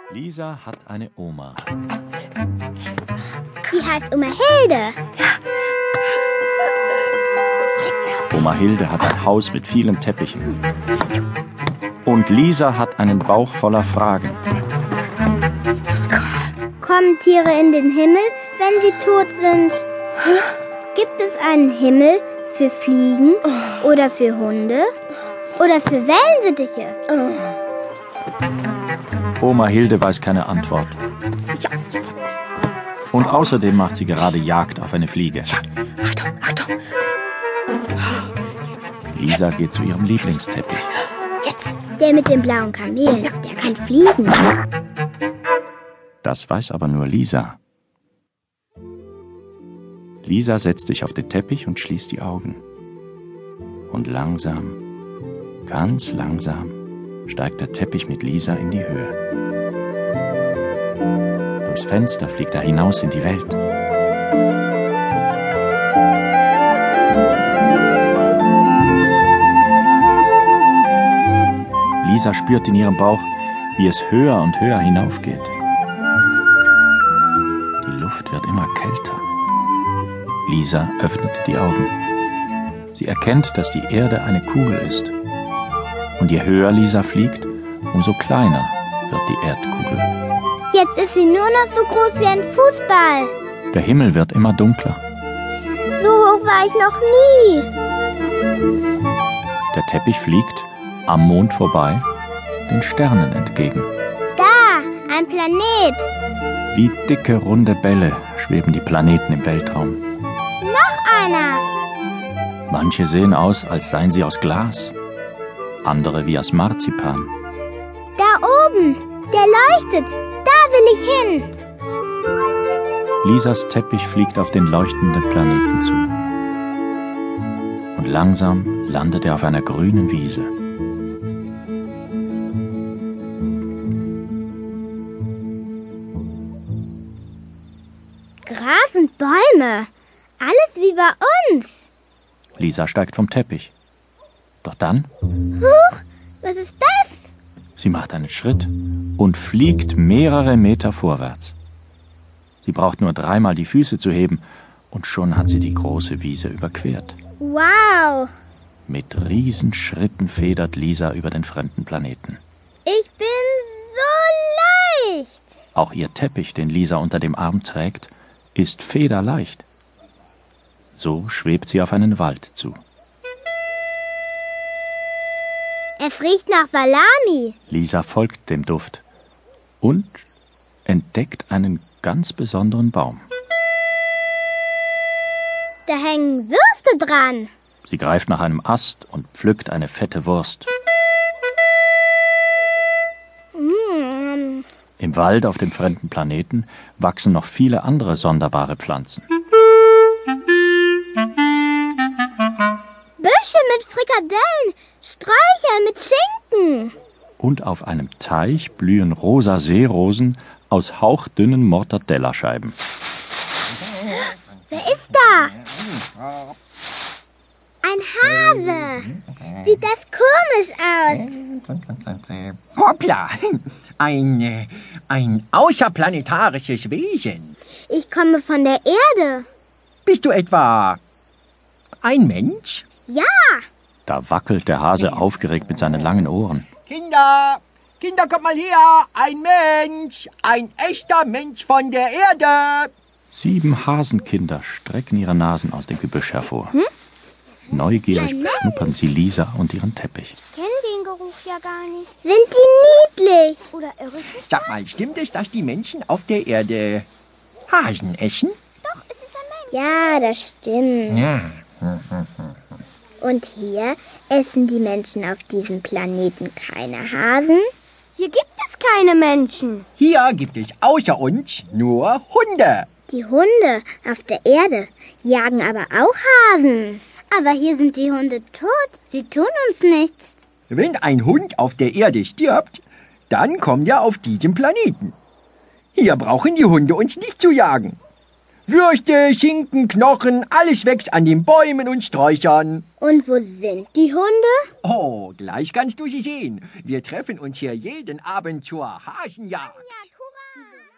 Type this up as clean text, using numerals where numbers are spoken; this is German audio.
Lisa hat eine Oma. Die heißt Oma Hilde. Oma Hilde hat ein Haus mit vielen Teppichen. Und Lisa hat einen Bauch voller Fragen. Kommen Tiere in den Himmel, wenn sie tot sind? Gibt es einen Himmel für Fliegen oder für Hunde oder für Wellensittiche? Oma Hilde weiß keine Antwort. Und außerdem macht sie gerade Jagd auf eine Fliege. Achtung! Lisa geht zu ihrem Lieblingsteppich. Der mit den blauen Kamelen, der kann fliegen. Das weiß aber nur Lisa. Lisa setzt sich auf den Teppich und schließt die Augen. Und langsam, ganz langsam, steigt der Teppich mit Lisa in die Höhe. Durchs Fenster fliegt er hinaus in die Welt. Lisa spürt in ihrem Bauch, wie es höher und höher hinaufgeht. Die Luft wird immer kälter. Lisa öffnet die Augen. Sie erkennt, dass die Erde eine Kugel ist. Und je höher Lisa fliegt, umso kleiner wird die Erdkugel. Jetzt ist sie nur noch so groß wie ein Fußball. Der Himmel wird immer dunkler. So hoch war ich noch nie. Der Teppich fliegt am Mond vorbei, den Sternen entgegen. Da, ein Planet. Wie dicke, runde Bälle schweben die Planeten im Weltraum. Noch einer. Manche sehen aus, als seien sie aus Glas. Andere wie aus Marzipan. Da oben, der leuchtet. Da will ich hin. Lisas Teppich fliegt auf den leuchtenden Planeten zu. Und langsam landet er auf einer grünen Wiese. Gras und Bäume. Alles wie bei uns. Lisa steigt vom Teppich. Doch dann, Huch, was ist das? sie macht einen Schritt und fliegt mehrere Meter vorwärts. Sie braucht nur 3-mal die Füße zu heben und schon hat sie die große Wiese überquert. Wow, Mit Riesenschritten federt Lisa über den fremden Planeten. ich bin so leicht. Auch ihr Teppich, den Lisa unter dem Arm trägt, ist federleicht. So schwebt sie auf einen Wald zu. Es riecht nach Salami. Lisa folgt dem Duft und entdeckt einen ganz besonderen Baum. Da hängen Würste dran. Sie greift nach einem Ast und pflückt eine fette Wurst. Im Wald auf dem fremden Planeten wachsen noch viele andere sonderbare Pflanzen. Büsche mit Frikadellen, Sträucher mit Schinken. Und auf einem Teich blühen rosa Seerosen aus hauchdünnen Mortadellascheiben. Wer ist da? Ein Hase. Sieht das komisch aus. Hoppla! Ein außerplanetarisches Wesen. Ich komme von der Erde. Bist du etwa ein Mensch? Ja, Da wackelt der Hase aufgeregt mit seinen langen Ohren. Kinder, kommt mal her! Ein echter Mensch von der Erde! 7 Hasenkinder strecken ihre Nasen aus dem Gebüsch hervor. Neugierig beschnuppern sie Lisa und ihren Teppich. ich kenne den Geruch ja gar nicht. Sind die niedlich? Oder irre? Sag mal, stimmt es, dass die Menschen auf der Erde Hasen essen? Doch, es ist ein Mensch. Ja, das stimmt. Ja. Und hier essen die Menschen auf diesem Planeten keine Hasen? Hier gibt es keine Menschen. Hier gibt es außer uns nur Hunde. Die Hunde auf der Erde jagen aber auch Hasen. Aber hier sind die Hunde tot. Sie tun uns nichts. Wenn ein Hund auf der Erde stirbt, dann kommt er auf diesen Planeten. Hier brauchen die Hunde uns nicht zu jagen. Würste, Schinken, Knochen, alles wächst an den Bäumen und Sträuchern. Und wo sind die Hunde? Oh, gleich kannst du sie sehen. Wir treffen uns hier jeden Abend zur Hasenjagd.